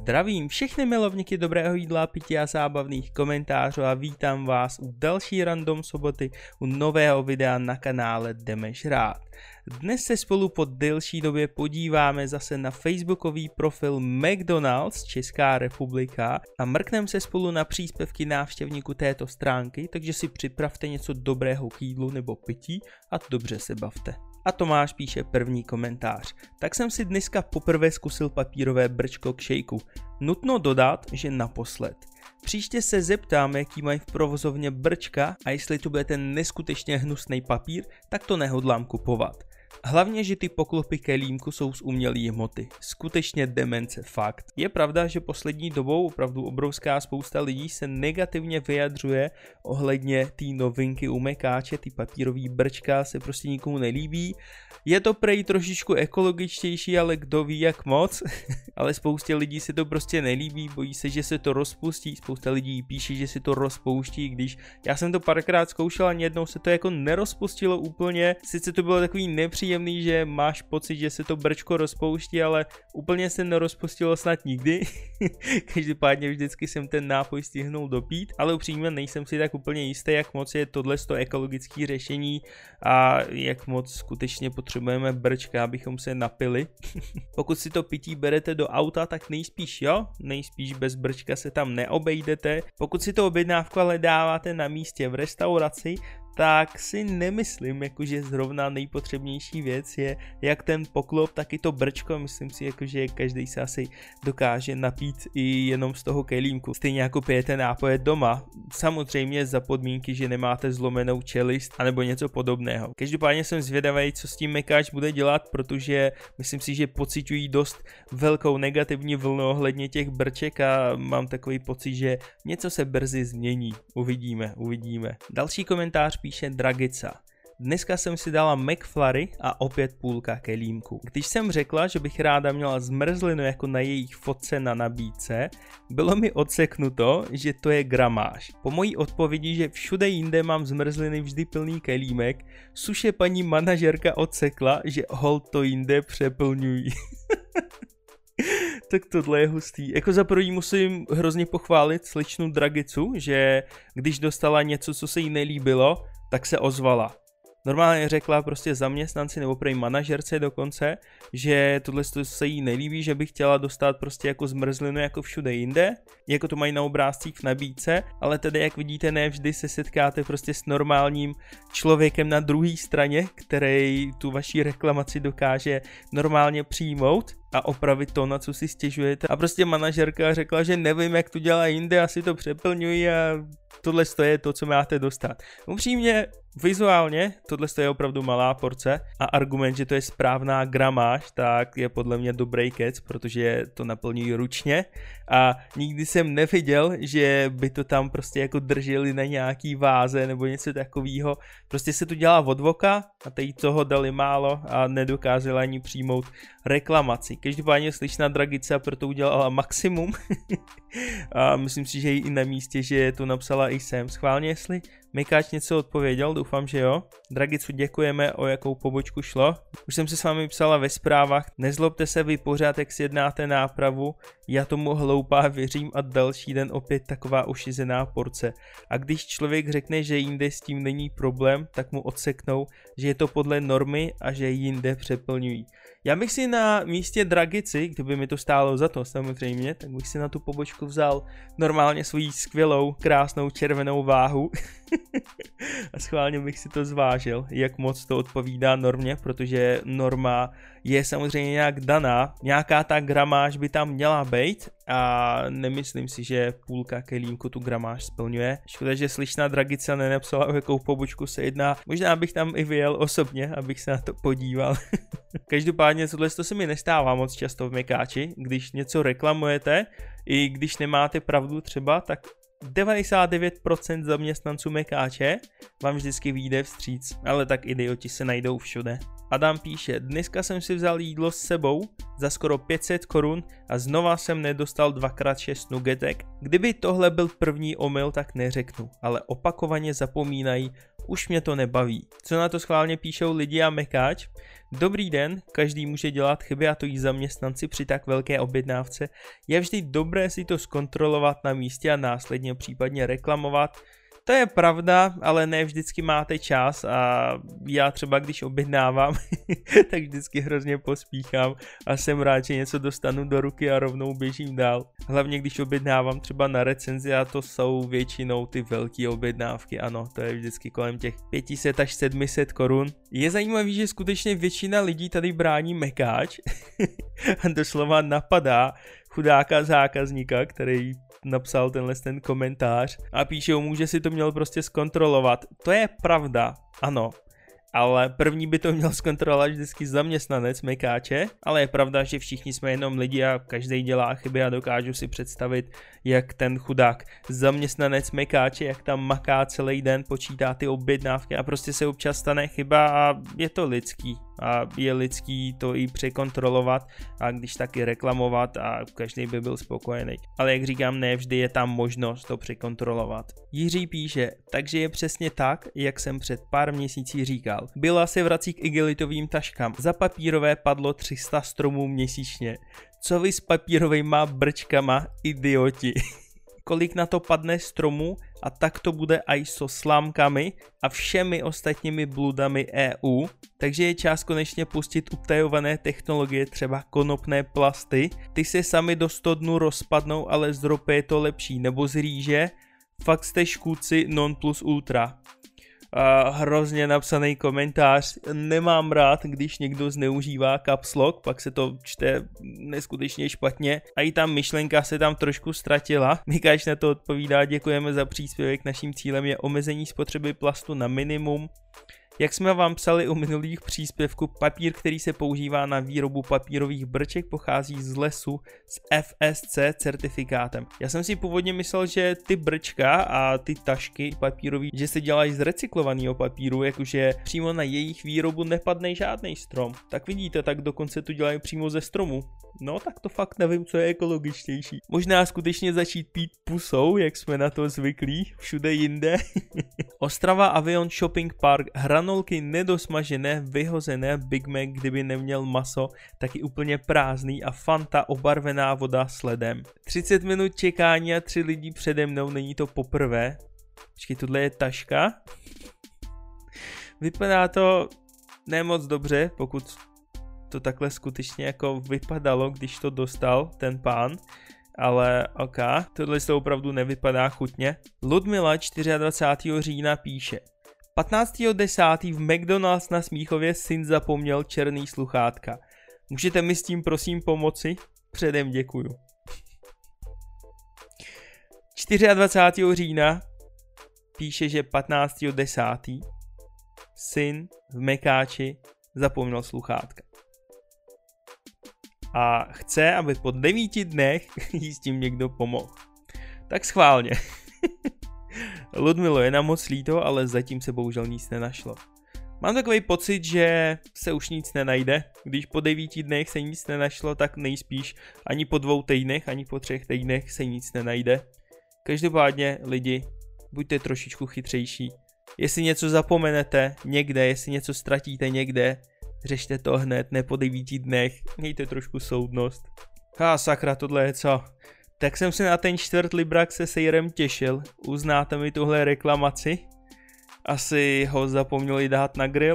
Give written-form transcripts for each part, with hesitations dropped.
Zdravím všechny milovníky dobrého jídla, pití a zábavných komentářů a vítám vás u další random soboty u nového videa na kanále Jdeme žrát. Dnes se spolu po delší době podíváme zase na facebookový profil McDonald's Česká republika a mrkneme se spolu na příspěvky návštěvníků této stránky, takže si připravte něco dobrého k jídlu nebo pití a dobře se bavte. A Tomáš píše první komentář. Tak jsem si dneska poprvé zkusil papírové brčko k šejku. Nutno dodat, že naposled. Příště se zeptám, jaký mají v provozovně brčka a jestli tu bude ten neskutečně hnusný papír, tak to nehodlám kupovat. Hlavně, že ty poklopy kelímku jsou z umělé hmoty. Skutečně demence, fakt. Je pravda, že poslední dobou opravdu obrovská spousta lidí se negativně vyjadřuje ohledně té novinky u mekáče, ty papírový brčka se prostě nikomu nelíbí. Je to prej trošičku ekologičtější, ale kdo ví jak moc. Ale spoustě lidí se to prostě nelíbí, bojí se, že se to rozpustí. Spousta lidí píše, že se to rozpouští, když já jsem to párkrát zkoušel a jednou se to jako nerozpustilo úplně. Sice to bylo takový nepříjemný, že máš pocit, že se to brčko rozpouští, ale úplně se nerozpustilo snad nikdy. Každopádně vždycky jsem ten nápoj stihnul dopít, ale upřímně nejsem si tak úplně jistý, jak moc je tohleto ekologické řešení a jak moc skutečně potřebujeme brčka, abychom se napili. Pokud si to pití berete do auta, tak nejspíš jo, nejspíš bez brčka se tam neobejdete. Pokud si to objednávku ale dáváte na místě v restauraci, tak si nemyslím, jakože zrovna nejpotřebnější věc je jak ten poklop, tak i to brčko. Myslím si, jakože každý se asi dokáže napít i jenom z toho kelímku. Stejně jako pijete nápoje doma. Samozřejmě za podmínky, že nemáte zlomenou čelist anebo něco podobného. Každopádně jsem zvědavý, co s tím mekáč bude dělat, protože myslím si, že pociťují dost velkou negativní vlnu ohledně těch brček a mám takový pocit, že něco se brzy změní. Uvidíme. Další komentář píše Dragica. Dneska jsem si dala McFlurry a opět půlka kelímku. Když jsem řekla, že bych ráda měla zmrzlinu jako na jejich fotce na nabídce, bylo mi odseknuto, že to je gramáž. Po mojí odpovědi, že všude jinde mám zmrzliny vždy plný kelímek, suše paní manažerka odsekla, že holt to jinde přeplňují. Tak tohle je hustý. Jako za první musím hrozně pochválit slečnu Dragicu, že když dostala něco, co se jí nelíbilo, tak se ozvala. Normálně řekla prostě zaměstnanci nebo prej manažerce dokonce, že tohle se jí nelíbí, že by chtěla dostat prostě jako zmrzlinu jako všude jinde, jako to mají na obrázcích v nabídce, ale tedy jak vidíte, ne vždy se setkáte prostě s normálním člověkem na druhé straně, který tu vaši reklamaci dokáže normálně přijmout a opravit to, na co si stěžujete. A prostě manažerka řekla, že nevím, jak to dělá jinde, asi to přeplňují a tohle je to, co máte dostat. Upřímně, vizuálně, tohle je opravdu malá porce a argument, že to je správná gramáž, tak je podle mě dobrý kec, protože to naplňují ručně a nikdy jsem neviděl, že by to tam prostě jako drželi na nějaký váze nebo něco takového. Prostě se to dělá od voka a teď toho dali málo a nedokázali ani přijmout reklamaci. Každopádně slyšná Dragica proto udělala maximum a myslím si, že je i na místě, že to napsala i sem. Schválně, jestli mekáč něco odpověděl, doufám, že jo. Dragicu děkujeme, o jakou pobočku šlo. Už jsem si s vámi psala ve zprávách, nezlobte se, vy pořád, jak sjednáte nápravu, já tomu hloupá věřím a další den opět taková ošizená porce. A když člověk řekne, že jinde s tím není problém, tak mu odseknou, že je to podle normy a že jinde přeplňují. Já bych si na místě Dragici, kdyby mi to stálo za to samozřejmě, tak bych si na tu pobočku vzal normálně svoji skvělou, krásnou červenou váhu a schválně bych si to zvážil, jak moc to odpovídá normě, protože norma je samozřejmě nějak daná, nějaká ta gramáž by tam měla být a nemyslím si, že půlka kelímku tu gramáž splňuje. Škoda, že slyšná Dragica nenapsala, o jakou pobočku se jedná, možná bych tam i vyjel osobně, abych se na to podíval. Každopádně tohle se mi nestává moc často v mekáči, když něco reklamujete, i když nemáte pravdu třeba, tak 99% zaměstnanců mekáče vám vždycky vyjde vstříc, ale tak idioti se najdou všude. Adam píše, dneska jsem si vzal jídlo s sebou za skoro 500 korun a znova jsem nedostal 2x6 nugetek. Kdyby tohle byl první omyl, tak neřeknu, ale opakovaně zapomínají Už mě to nebaví. Co na to schválně píšou lidi a Mekáč? Dobrý den, každý může dělat chyby a to i zaměstnanci při tak velké objednávce. Je vždy dobré si to zkontrolovat na místě a následně případně reklamovat. To je pravda, ale ne vždycky máte čas a já třeba když objednávám, tak vždycky hrozně pospíchám a jsem rád, že něco dostanu do ruky a rovnou běžím dál. Hlavně když objednávám třeba na recenzi a to jsou většinou ty velké objednávky, ano, to je vždycky kolem těch 500 až 700 korun. Je zajímavý, že skutečně většina lidí tady brání Mekáč a doslova napadá chudáka zákazníka, který napsal ten komentář a píšou mu, že si to měl prostě zkontrolovat. To je pravda, ano. Ale první by to měl zkontrolovat vždycky zaměstnanec Mekáče, ale je pravda, že všichni jsme jenom lidi a každý dělá chyby a dokážu si představit, jak ten chudák zaměstnanec Mekáče, jak tam maká celý den, počítá ty objednávky a prostě se občas stane chyba a je to lidský. A je lidský to i překontrolovat a když taky reklamovat a každý by byl spokojený. Ale jak říkám, ne vždy je tam možnost to překontrolovat. Jiří píše, takže je přesně tak, jak jsem před pár měsíci říkal. Byla se vrací k igelitovým taškám. Za papírové padlo 300 stromů měsíčně. Co vy s papírovejma brčkama, idioti? Kolik na to padne stromů a tak to bude aj so slámkami a všemi ostatními bludami EU. Takže je čas konečně pustit utajované technologie, třeba konopné plasty. Ty se sami do 100 dnů rozpadnou, ale z ropy je to lepší. Nebo z rýže. Fakt jste škůdci non plus ultra. Hrozně napsaný komentář. Nemám rád, když někdo zneužívá caps lock, pak se to čte neskutečně špatně a i ta myšlenka se tam trošku ztratila. Mikáš na to odpovídá, děkujeme za příspěvek, naším cílem je omezení spotřeby plastu na minimum. Jak jsme vám psali u minulých příspěvků, papír, který se používá na výrobu papírových brček, pochází z lesu s FSC certifikátem. Já jsem si původně myslel, že ty brčka a ty tašky papírový, že se dělají z recyklovaného papíru, jakože přímo na jejich výrobu nepadne žádný strom. Tak vidíte, tak dokonce to dělají přímo ze stromu. No tak to fakt nevím, co je ekologičtější. Možná skutečně začít pít pusou, jak jsme na to zvyklí, všude jinde. Ostrava Avion Shopping Park, hranolky nedosmažené, vyhozené, Big Mac, kdyby neměl maso, taky úplně prázdný a Fanta obarvená voda s ledem. 30 minut čekání a 3 lidi přede mnou, není to poprvé. Počkej, tohle je taška. Vypadá to nemoc dobře, pokud to takhle skutečně jako vypadalo, když to dostal ten pán. Ale ok, tohle to opravdu nevypadá chutně. Ludmila 24. října píše: 15.10. v McDonald's na Smíchově syn zapomněl černý sluchátka. Můžete mi s tím prosím pomoci? Předem děkuju. 24. října píše, že 15.10. syn v Mekáči zapomněl sluchátka. A chce, aby po 9 dnech jí s tím někdo pomohl. Tak schválně. Ludmilo, je nám moc líto, ale zatím se bohužel nic nenašlo. Mám takový pocit, že se už nic nenajde. Když po 9 dnech se nic nenašlo, tak nejspíš ani po 2 týdnech, ani po 3 týdnech se nic nenajde. Každopádně lidi, buďte trošičku chytřejší. Jestli něco zapomenete někde, jestli něco ztratíte někde, řešte to hned, ne po 9 dnech, mějte trošku soudnost. Sakra, tohle je co? Tak jsem se na ten čtvrt librak se sejrem těšil, uznáte mi tuhle reklamaci? Asi ho zapomněli dát na grill.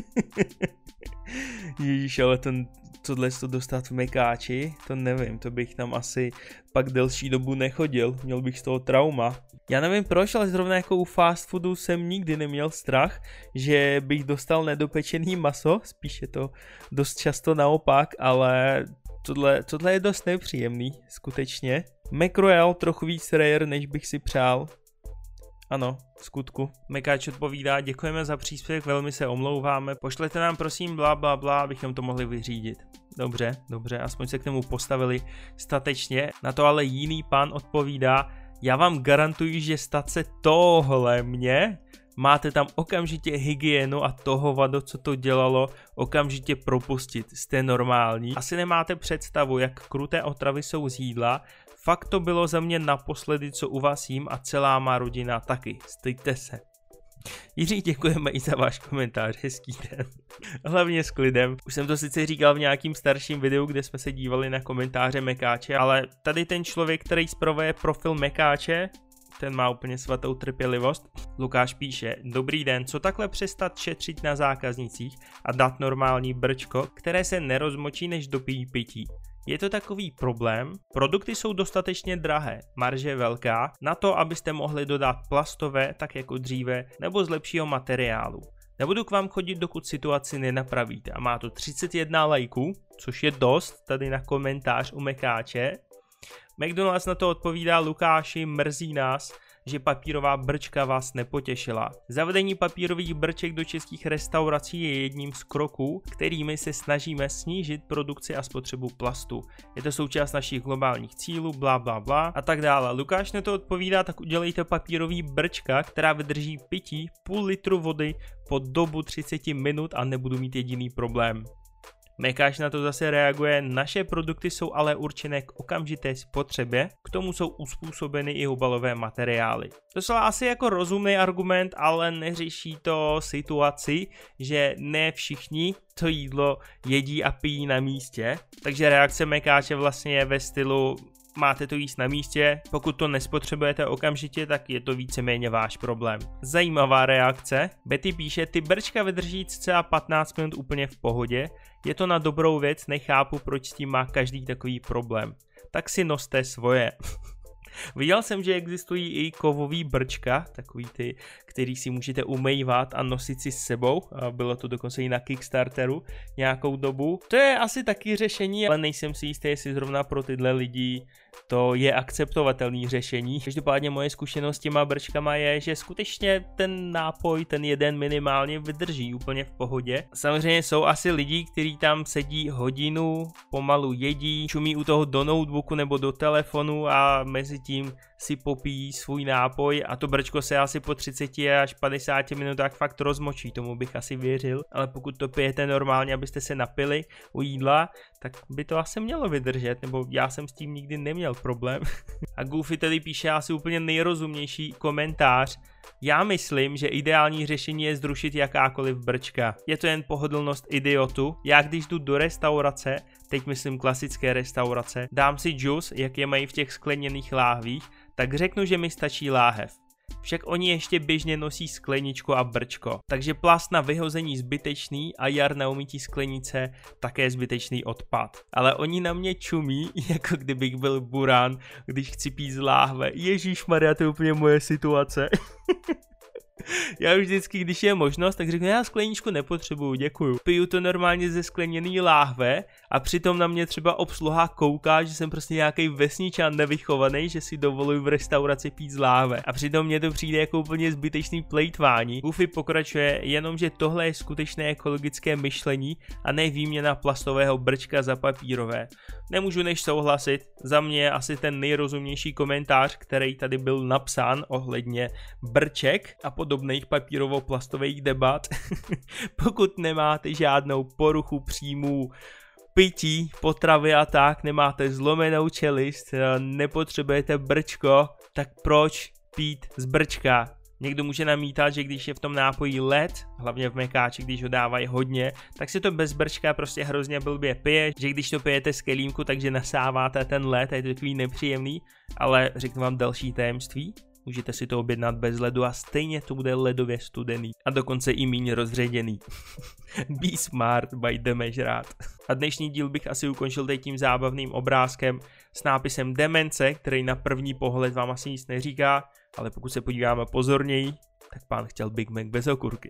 Ježíš, ale tohle to dostat v Mekáči, to nevím, to bych tam asi pak delší dobu nechodil, měl bych z toho trauma. Já nevím proč, ale zrovna jako u fast foodu jsem nikdy neměl strach, že bych dostal nedopečený maso, spíš je to dost často naopak, ale tohle je dost nepříjemný, skutečně. McRoyal trochu víc rare, než bych si přál. Ano, v skutku. Mekáč odpovídá, děkujeme za příspěvek, velmi se omlouváme, pošlete nám prosím bla bla bla, abychom to mohli vyřídit. Dobře, aspoň se k tomu postavili statečně. Na to ale jiný pán odpovídá, já vám garantuji, že stace tohle mě, máte tam okamžitě hygienu a toho vado, co to dělalo, okamžitě propustit, jste normální. Asi nemáte představu, jak kruté otravy jsou z jídla, fakt to bylo za mě naposledy, co u vás jím a celá má rodina taky, styďte se. Jiří, děkujeme i za váš komentář, hezký den. Hlavně s klidem. Už jsem to sice říkal v nějakým starším videu, kde jsme se dívali na komentáře Mekáče, ale tady ten člověk, který zpravuje profil Mekáče, ten má úplně svatou trpělivost. Lukáš píše, dobrý den, co takhle přestat šetřit na zákaznicích a dát normální brčko, které se nerozmočí, než dopijí pití. Je to takový problém, produkty jsou dostatečně drahé, marže je velká, na to, abyste mohli dodat plastové, tak jako dříve, nebo z lepšího materiálu. Nebudu k vám chodit, dokud situaci nenapravíte a má to 31 lajků, což je dost tady na komentář u Mekáče. McDonald's na to odpovídá, Lukáši, mrzí nás, že papírová brčka vás nepotěšila. Zavedení papírových brček do českých restaurací je jedním z kroků, kterými se snažíme snížit produkci a spotřebu plastu. Je to součást našich globálních cílů, bla bla bla a tak dále. Lukáš na to odpovídá, tak udělejte papírový brčka, která vydrží pití půl litru vody po dobu 30 minut a nebudu mít jediný problém. Mekáč na to zase reaguje, naše produkty jsou ale určené k okamžité spotřebě, k tomu jsou uspůsobeny i obalové materiály. To je asi jako rozumný argument, ale neřeší to situaci, že ne všichni to jídlo jedí a pijí na místě, takže reakce Mekáče vlastně je ve stylu máte to jíst na místě, pokud to nespotřebujete okamžitě, tak je to víceméně váš problém. Zajímavá reakce. Betty píše, ty brčka vydrží cca 15 minut úplně v pohodě, je to na dobrou věc, nechápu, proč s tím má každý takový problém. Tak si noste svoje. Viděl jsem, že existují i kovový brčka, takový ty, který si můžete umývat a nosit si s sebou. Bylo to dokonce i na Kickstarteru nějakou dobu. To je asi taky řešení, ale nejsem si jistý, jestli zrovna pro tyhle lidi to je akceptovatelný řešení. Každopádně moje zkušenost s těma brčkama je, že skutečně ten nápoj, ten jeden minimálně vydrží úplně v pohodě. Samozřejmě jsou asi lidi, kteří tam sedí hodinu, pomalu jedí, čumí u toho do notebooku nebo do telefonu a mezi tím si popíjí svůj nápoj a to brčko se asi po 30 až 50 minutách fakt rozmočí, tomu bych asi věřil, ale pokud to pijete normálně, abyste se napili u jídla, tak by to asi mělo vydržet, nebo já jsem s tím nikdy neměl problém. A Goofy tady píše asi úplně nejrozumnější komentář. Já myslím, že ideální řešení je zrušit jakákoliv brčka. Je to jen pohodlnost idiotu. Já když jdu do restaurace, teď myslím klasické restaurace, dám si džus, jak je mají v těch skleněných láhvích, tak řeknu, že mi stačí láhev. Však oni ještě běžně nosí skleničku a brčko, takže plast na vyhození zbytečný a jar na umytí sklenice také zbytečný odpad. Ale oni na mě čumí, jako kdybych byl burán, když chci pít z láhve. Ježíšmarja, to je úplně moje situace. Já už vždycky, když je možnost, tak řeknu, já skleničku nepotřebuju, děkuju. Piju to normálně ze skleněný láhve a přitom na mě třeba obsluha kouká, že jsem prostě nějaký vesničan nevychovaný, že si dovoluji v restauraci pít z láhve. A přitom mně to přijde jako úplně zbytečný plejtvání. Goofy pokračuje, jenomže tohle je skutečné ekologické myšlení a ne výměna plastového brčka za papírové. Nemůžu než souhlasit, za mě je asi ten nejrozumnější komentář, který tady byl napsán ohledně brček a podobných papírovo-plastových debat. Pokud nemáte žádnou poruchu příjmů pití, potravy a tak, nemáte zlomenou čelist, nepotřebujete brčko, tak proč pít z brčka? Někdo může namítat, že když je v tom nápoji led, hlavně v Mekáči, když ho dávají hodně, tak se to bez brčka prostě hrozně blbě pije, že když to pijete z kelímku, takže nasáváte ten led a je to takový nepříjemný, ale řeknu vám další tajemství. Můžete si to objednat bez ledu a stejně to bude ledově studený a dokonce i míň rozředěný. Be smart by Demežrát. A dnešní díl bych asi ukončil teď tím zábavným obrázkem s nápisem demence, který na první pohled vám asi nic neříká, ale pokud se podíváme pozorněji, tak pán chtěl Big Mac bez okurky.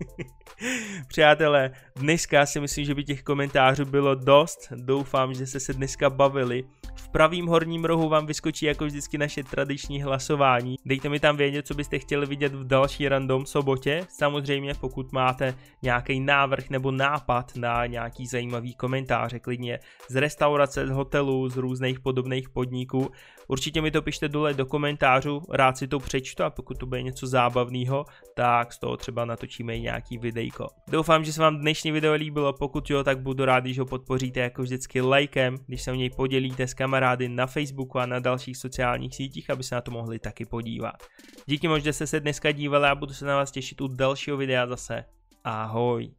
Přátelé, dneska si myslím, že by těch komentářů bylo dost. Doufám, že jste se dneska bavili. V pravém horním rohu vám vyskočí jako vždycky naše tradiční hlasování. Dejte mi tam vědět, co byste chtěli vidět v další random sobotě. Samozřejmě, pokud máte nějaký návrh nebo nápad na nějaký zajímavý komentáře, klidně z restaurace, z hotelu, z různých podobných podniků. Určitě mi to pište dole do komentářů, rád si to přečtu a pokud to bude něco zábavného, tak z toho třeba natočíme i nějaký videjko. Doufám, že se vám dnešní video líbilo, pokud jo, tak budu rád, když ho podpoříte jako vždycky lajkem, když se o něj podělíte s kamarády na Facebooku a na dalších sociálních sítích, aby se na to mohli taky podívat. Díky moc, že jste se dneska dívali a budu se na vás těšit u dalšího videa zase. Ahoj.